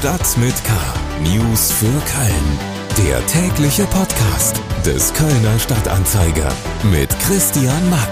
Stadt mit K. News für Köln. Der tägliche Podcast des Kölner Stadtanzeiger mit Christian Mack.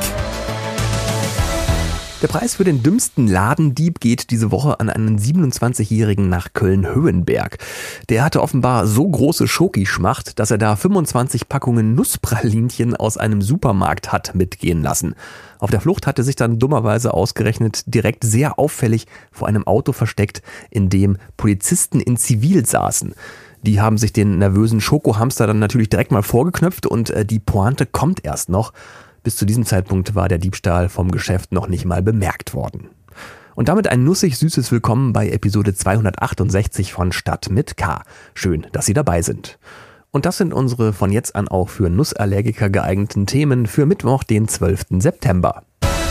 Der Preis für den dümmsten Ladendieb geht diese Woche an einen 27-Jährigen nach Köln-Höhenberg. Der hatte offenbar so große Schokischmacht, dass er da 25 Packungen Nusspralinchen aus einem Supermarkt hat mitgehen lassen. Auf der Flucht hatte sich dann dummerweise ausgerechnet direkt sehr auffällig vor einem Auto versteckt, in dem Polizisten in Zivil saßen. Die haben sich den nervösen Schokohamster dann natürlich direkt mal vorgeknöpft und die Pointe kommt erst noch. Bis zu diesem Zeitpunkt war der Diebstahl vom Geschäft noch nicht mal bemerkt worden. Und damit ein nussig-süßes Willkommen bei Episode 268 von Stadt mit K. Schön, dass Sie dabei sind. Und das sind unsere von jetzt an auch für Nussallergiker geeigneten Themen für Mittwoch, den 12. September.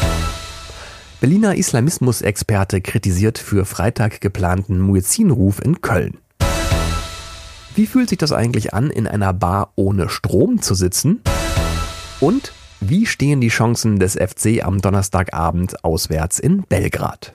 Berliner Islamismus-Experte kritisiert für Freitag geplanten Muezzinruf in Köln. Wie fühlt sich das eigentlich an, in einer Bar ohne Strom zu sitzen? Und wie stehen die Chancen des FC am Donnerstagabend auswärts in Belgrad?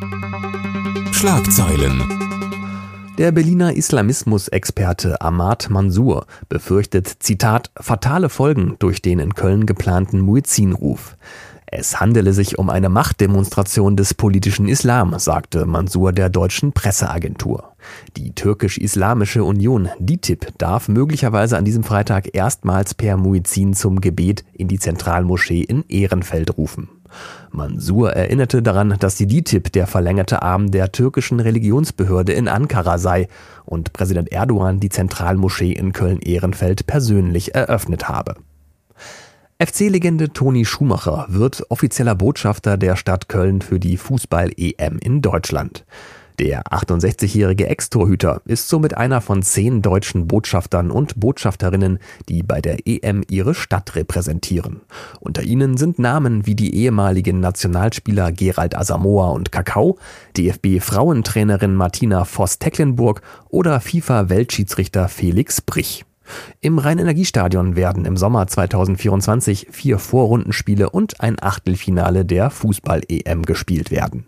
Schlagzeilen. Der Berliner Islamismus-Experte Ahmad Mansour befürchtet, Zitat, fatale Folgen durch den in Köln geplanten Muezzinruf. Es handele sich um eine Machtdemonstration des politischen Islam, sagte Mansour der deutschen Presseagentur. Die Türkisch-Islamische Union, DİTİB, darf möglicherweise an diesem Freitag erstmals per Muezzin zum Gebet in die Zentralmoschee in Ehrenfeld rufen. Mansour erinnerte daran, dass die DİTİB der verlängerte Arm der türkischen Religionsbehörde in Ankara sei und Präsident Erdogan die Zentralmoschee in Köln-Ehrenfeld persönlich eröffnet habe. FC-Legende Toni Schumacher wird offizieller Botschafter der Stadt Köln für die Fußball-EM in Deutschland. Der 68-jährige Ex-Torhüter ist somit einer von 10 deutschen Botschaftern und Botschafterinnen, die bei der EM ihre Stadt repräsentieren. Unter ihnen sind Namen wie die ehemaligen Nationalspieler Gerald Asamoah und Kakao, DFB-Frauentrainerin Martina Voss-Tecklenburg oder FIFA-Weltschiedsrichter Felix Brich. Im Rhein-Energiestadion werden im Sommer 2024 4 Vorrundenspiele und ein Achtelfinale der Fußball-EM gespielt werden.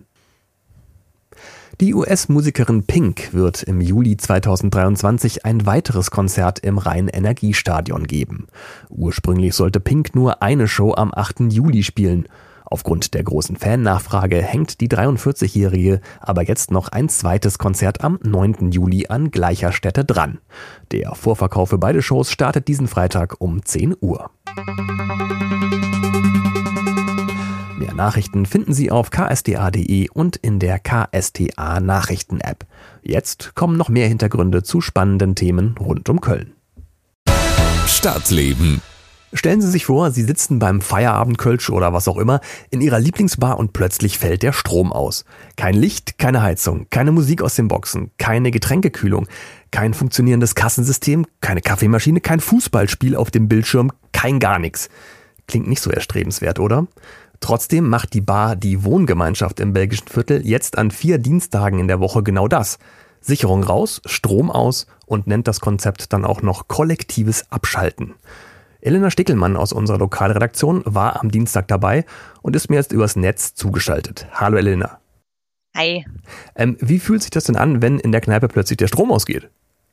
Die US-Musikerin Pink wird im Juli 2023 ein weiteres Konzert im Rhein-Energiestadion geben. Ursprünglich sollte Pink nur eine Show am 8. Juli spielen. Aufgrund der großen Fannachfrage hängt die 43-Jährige aber jetzt noch ein zweites Konzert am 9. Juli an gleicher Stätte dran. Der Vorverkauf für beide Shows startet diesen Freitag um 10 Uhr. Mehr Nachrichten finden Sie auf ksda.de und in der KSTA Nachrichten-App. Jetzt kommen noch mehr Hintergründe zu spannenden Themen rund um Köln. Stadtleben. Stellen Sie sich vor, Sie sitzen beim Feierabendkölsch oder was auch immer in Ihrer Lieblingsbar und plötzlich fällt der Strom aus. Kein Licht, keine Heizung, keine Musik aus den Boxen, keine Getränkekühlung, kein funktionierendes Kassensystem, keine Kaffeemaschine, kein Fußballspiel auf dem Bildschirm, kein gar nichts. Klingt nicht so erstrebenswert, oder? Trotzdem macht die Bar Die Wohngemeinschaft im belgischen Viertel jetzt an 4 Dienstagen in der Woche genau das. Sicherung raus, Strom aus und nennt das Konzept dann auch noch kollektives Abschalten. Elena Stickelmann aus unserer Lokalredaktion war am Dienstag dabei und ist mir jetzt übers Netz zugeschaltet. Hallo Elena. Hi. Wie fühlt sich das denn an, wenn in der Kneipe plötzlich der Strom ausgeht?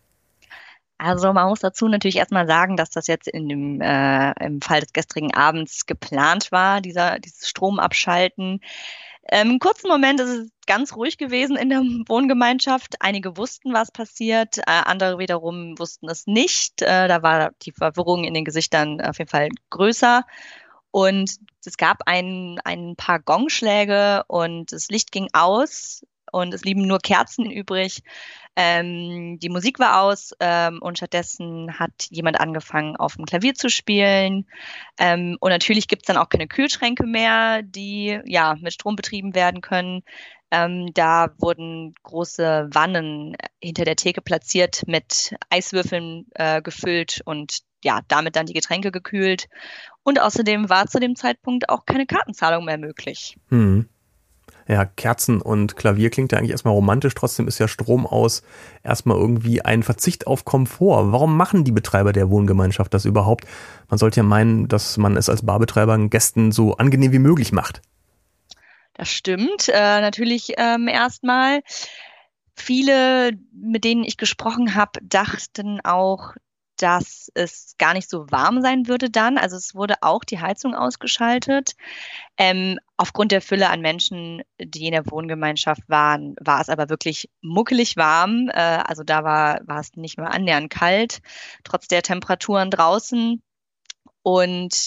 Also man muss dazu natürlich erstmal sagen, dass das jetzt im Fall des gestrigen Abends geplant war, dieses Stromabschalten. Im kurzen Moment ist es ganz ruhig gewesen in der Wohngemeinschaft. Einige wussten, was passiert, andere wiederum wussten es nicht. Da war die Verwirrung in den Gesichtern auf jeden Fall größer. Und es gab ein paar Gongschläge und das Licht ging aus und es blieben nur Kerzen übrig. Die Musik war aus und stattdessen hat jemand angefangen, auf dem Klavier zu spielen. Und natürlich gibt es dann auch keine Kühlschränke mehr, die ja mit Strom betrieben werden können. Da wurden große Wannen hinter der Theke platziert, mit Eiswürfeln gefüllt und ja, damit dann die Getränke gekühlt. Und außerdem war zu dem Zeitpunkt auch keine Kartenzahlung mehr möglich. Ja, Kerzen und Klavier klingt ja eigentlich erstmal romantisch, trotzdem ist ja Strom aus erstmal irgendwie ein Verzicht auf Komfort. Warum machen die Betreiber der Wohngemeinschaft das überhaupt? Man sollte ja meinen, dass man es als Barbetreiber Gästen so angenehm wie möglich macht. Das stimmt, natürlich erstmal. Viele, mit denen ich gesprochen habe, dachten auch, dass es gar nicht so warm sein würde dann. Also es wurde auch die Heizung ausgeschaltet. Aufgrund der Fülle an Menschen, die in der Wohngemeinschaft waren, war es aber wirklich muckelig warm. Also da war es nicht mehr annähernd kalt, trotz der Temperaturen draußen. Und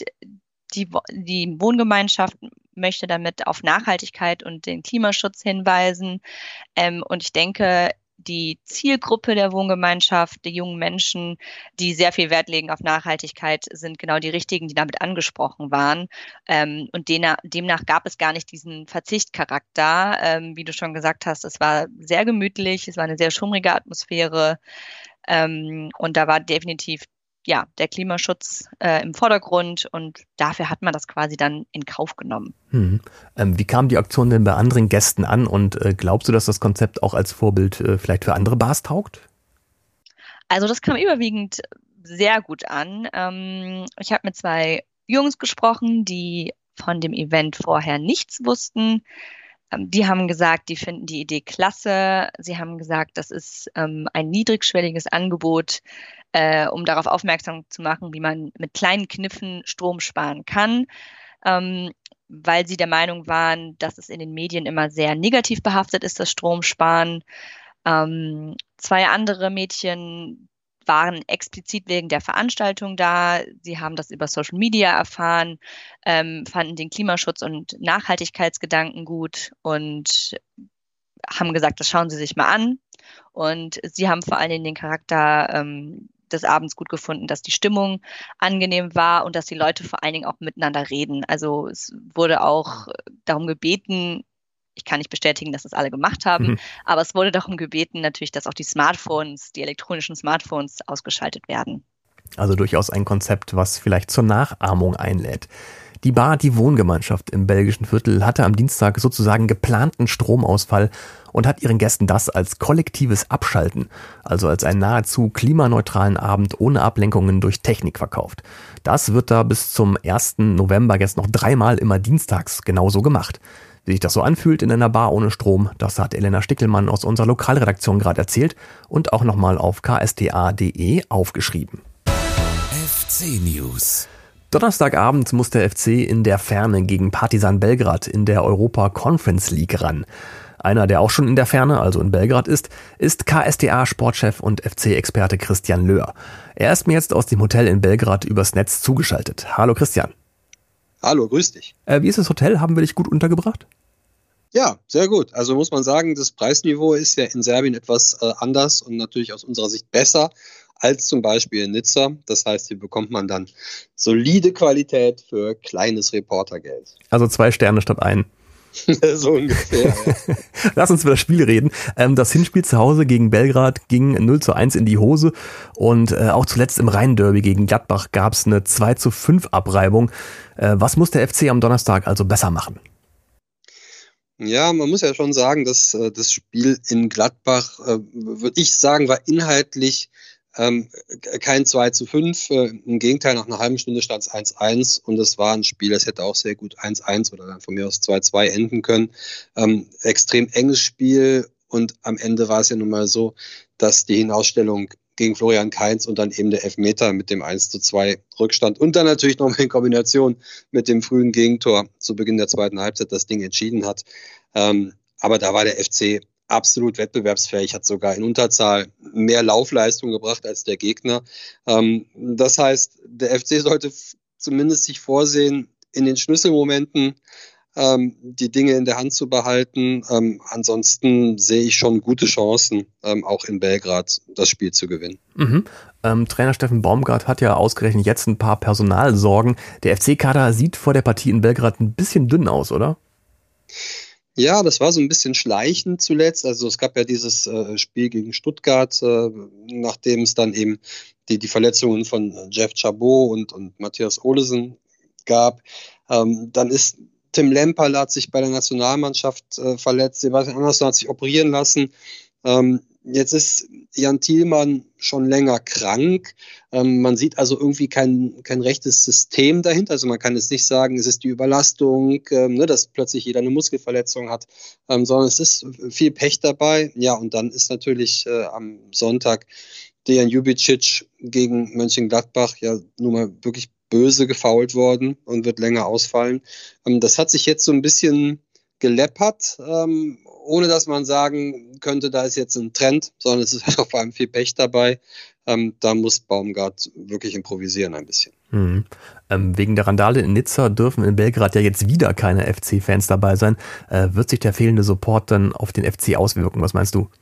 die Wohngemeinschaft möchte damit auf Nachhaltigkeit und den Klimaschutz hinweisen. Und ich denke, die Zielgruppe der Wohngemeinschaft, die jungen Menschen, die sehr viel Wert legen auf Nachhaltigkeit, sind genau die richtigen, die damit angesprochen waren. Und demnach gab es gar nicht diesen Verzichtcharakter. Wie du schon gesagt hast, es war sehr gemütlich, es war eine sehr schummrige Atmosphäre. Und da war definitiv der Klimaschutz im Vordergrund und dafür hat man das quasi dann in Kauf genommen. Wie kam die Aktion denn bei anderen Gästen an und glaubst du, dass das Konzept auch als Vorbild vielleicht für andere Bars taugt? Also das kam überwiegend sehr gut an. Ich habe mit 2 Jungs gesprochen, die von dem Event vorher nichts wussten. Die haben gesagt, die finden die Idee klasse. Sie haben gesagt, das ist ein niedrigschwelliges Angebot, um darauf aufmerksam zu machen, wie man mit kleinen Kniffen Strom sparen kann, weil sie der Meinung waren, dass es in den Medien immer sehr negativ behaftet ist, das Stromsparen. 2 andere Mädchen waren explizit wegen der Veranstaltung da. Sie haben das über Social Media erfahren, fanden den Klimaschutz und Nachhaltigkeitsgedanken gut und haben gesagt, das schauen Sie sich mal an. Und sie haben vor allen Dingen den Charakter des Abends gut gefunden, dass die Stimmung angenehm war und dass die Leute vor allen Dingen auch miteinander reden. Also es wurde auch darum gebeten, ich kann nicht bestätigen, dass das alle gemacht haben, aber es wurde darum gebeten, natürlich, dass auch die elektronischen Smartphones ausgeschaltet werden. Also durchaus ein Konzept, was vielleicht zur Nachahmung einlädt. Die Bar Die Wohngemeinschaft im belgischen Viertel hatte am Dienstag sozusagen geplanten Stromausfall und hat ihren Gästen das als kollektives Abschalten, also als einen nahezu klimaneutralen Abend ohne Ablenkungen durch Technik verkauft. Das wird da bis zum 1. November jetzt noch 3-mal immer dienstags genauso gemacht. Wie sich das so anfühlt in einer Bar ohne Strom, das hat Elena Stickelmann aus unserer Lokalredaktion gerade erzählt und auch nochmal auf ksta.de aufgeschrieben. FC News. Donnerstagabend muss der FC in der Ferne gegen Partizan Belgrad in der Europa Conference League ran. Einer, der auch schon in der Ferne, also in Belgrad ist KSTA-Sportchef und FC-Experte Christian Löhr. Er ist mir jetzt aus dem Hotel in Belgrad übers Netz zugeschaltet. Hallo Christian. Hallo, grüß dich. Wie ist das Hotel? Haben wir dich gut untergebracht? Ja, sehr gut. Also muss man sagen, das Preisniveau ist ja in Serbien etwas anders und natürlich aus unserer Sicht besser als zum Beispiel in Nizza. Das heißt, hier bekommt man dann solide Qualität für kleines Reportergeld. Also 2 Sterne statt 1. So ungefähr, ja. Lass uns über das Spiel reden. Das Hinspiel zu Hause gegen Belgrad ging 0:1 in die Hose und auch zuletzt im Rhein-Derby gegen Gladbach gab es eine 2:5 Abreibung. Was muss der FC am Donnerstag also besser machen? Ja, man muss ja schon sagen, dass das Spiel in Gladbach, würde ich sagen, war inhaltlich kein 2:5. Im Gegenteil, nach einer halben Stunde stand es 1:1 und es war ein Spiel, das hätte auch sehr gut 1:1 oder dann von mir aus 2:2 enden können. Extrem enges Spiel und am Ende war es ja nun mal so, dass die Hinausstellung gegen Florian Kainz und dann eben der Elfmeter mit dem 1:2 Rückstand und dann natürlich noch in Kombination mit dem frühen Gegentor zu Beginn der zweiten Halbzeit das Ding entschieden hat. Aber da war der FC absolut wettbewerbsfähig, hat sogar in Unterzahl mehr Laufleistung gebracht als der Gegner. Das heißt, der FC sollte zumindest sich vorsehen, in den Schlüsselmomenten die Dinge in der Hand zu behalten. Ansonsten sehe ich schon gute Chancen, auch in Belgrad das Spiel zu gewinnen. Trainer Steffen Baumgart hat ja ausgerechnet jetzt ein paar Personalsorgen. Der FC-Kader sieht vor der Partie in Belgrad ein bisschen dünn aus, oder? Ja, das war so ein bisschen schleichend zuletzt. Also es gab ja dieses Spiel gegen Stuttgart, nachdem es dann eben die Verletzungen von Jeff Chabot und Matthias Olesen gab. Dann ist Tim Lemperle hat sich bei der Nationalmannschaft verletzt. Sebastian Andersson hat sich operieren lassen. Jetzt ist Jan Thielmann schon länger krank. Man sieht also irgendwie kein rechtes System dahinter. Also man kann jetzt nicht sagen, es ist die Überlastung, dass plötzlich jeder eine Muskelverletzung hat, sondern es ist viel Pech dabei. Ja, und dann ist natürlich am Sonntag Dejan Ljubicic gegen Mönchengladbach ja nun mal wirklich böse gefoult worden und wird länger ausfallen. Das hat sich jetzt so ein bisschen geleppert, ohne dass man sagen könnte, da ist jetzt ein Trend, sondern es ist vor allem viel Pech dabei. Da muss Baumgart wirklich improvisieren ein bisschen. Wegen der Randale in Nizza dürfen in Belgrad ja jetzt wieder keine FC-Fans dabei sein. Wird sich der fehlende Support dann auf den FC auswirken? Was meinst du?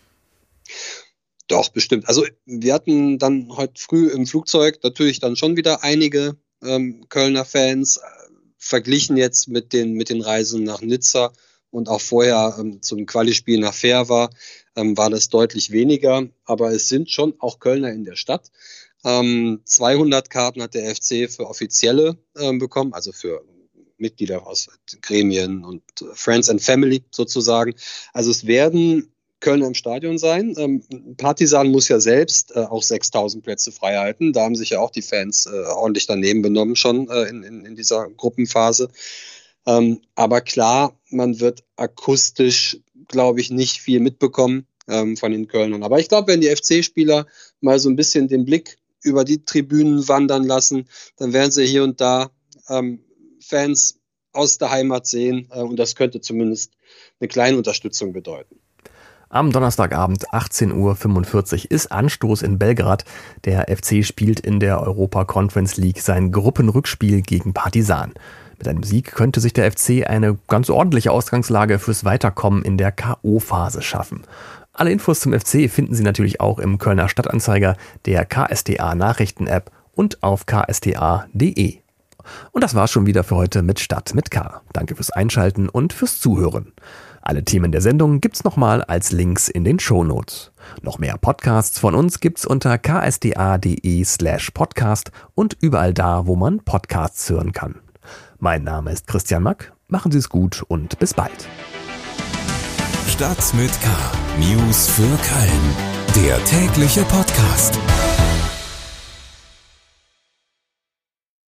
Doch, bestimmt. Also wir hatten dann heute früh im Flugzeug natürlich dann schon wieder einige Kölner Fans, verglichen jetzt mit den Reisen nach Nizza und auch vorher zum Quali-Spiel nach Fehr war das deutlich weniger. Aber es sind schon auch Kölner in der Stadt. 200 Karten hat der FC für Offizielle bekommen, also für Mitglieder aus Gremien und Friends and Family sozusagen. Also es werden Kölner im Stadion sein. Partizan muss ja selbst auch 6.000 Plätze frei halten. Da haben sich ja auch die Fans ordentlich daneben benommen schon in dieser Gruppenphase. Aber klar, man wird akustisch, glaube ich, nicht viel mitbekommen von den Kölnern. Aber ich glaube, wenn die FC-Spieler mal so ein bisschen den Blick über die Tribünen wandern lassen, dann werden sie hier und da Fans aus der Heimat sehen. Und das könnte zumindest eine kleine Unterstützung bedeuten. Am Donnerstagabend 18:45 Uhr ist Anstoß in Belgrad. Der FC spielt in der Europa Conference League sein Gruppenrückspiel gegen Partizan. Mit einem Sieg könnte sich der FC eine ganz ordentliche Ausgangslage fürs Weiterkommen in der K.O.-Phase schaffen. Alle Infos zum FC finden Sie natürlich auch im Kölner Stadtanzeiger, der KSDA-Nachrichten-App und auf ksta.de. Und das war's schon wieder für heute mit Stadt mit K. Danke fürs Einschalten und fürs Zuhören. Alle Themen der Sendung gibt's nochmal als Links in den Shownotes. Noch mehr Podcasts von uns gibt's unter ksda.de/podcast und überall da, wo man Podcasts hören kann. Mein Name ist Christian Mack. Machen Sie es gut und bis bald. Stadt mit K. News für Köln. Der tägliche Podcast.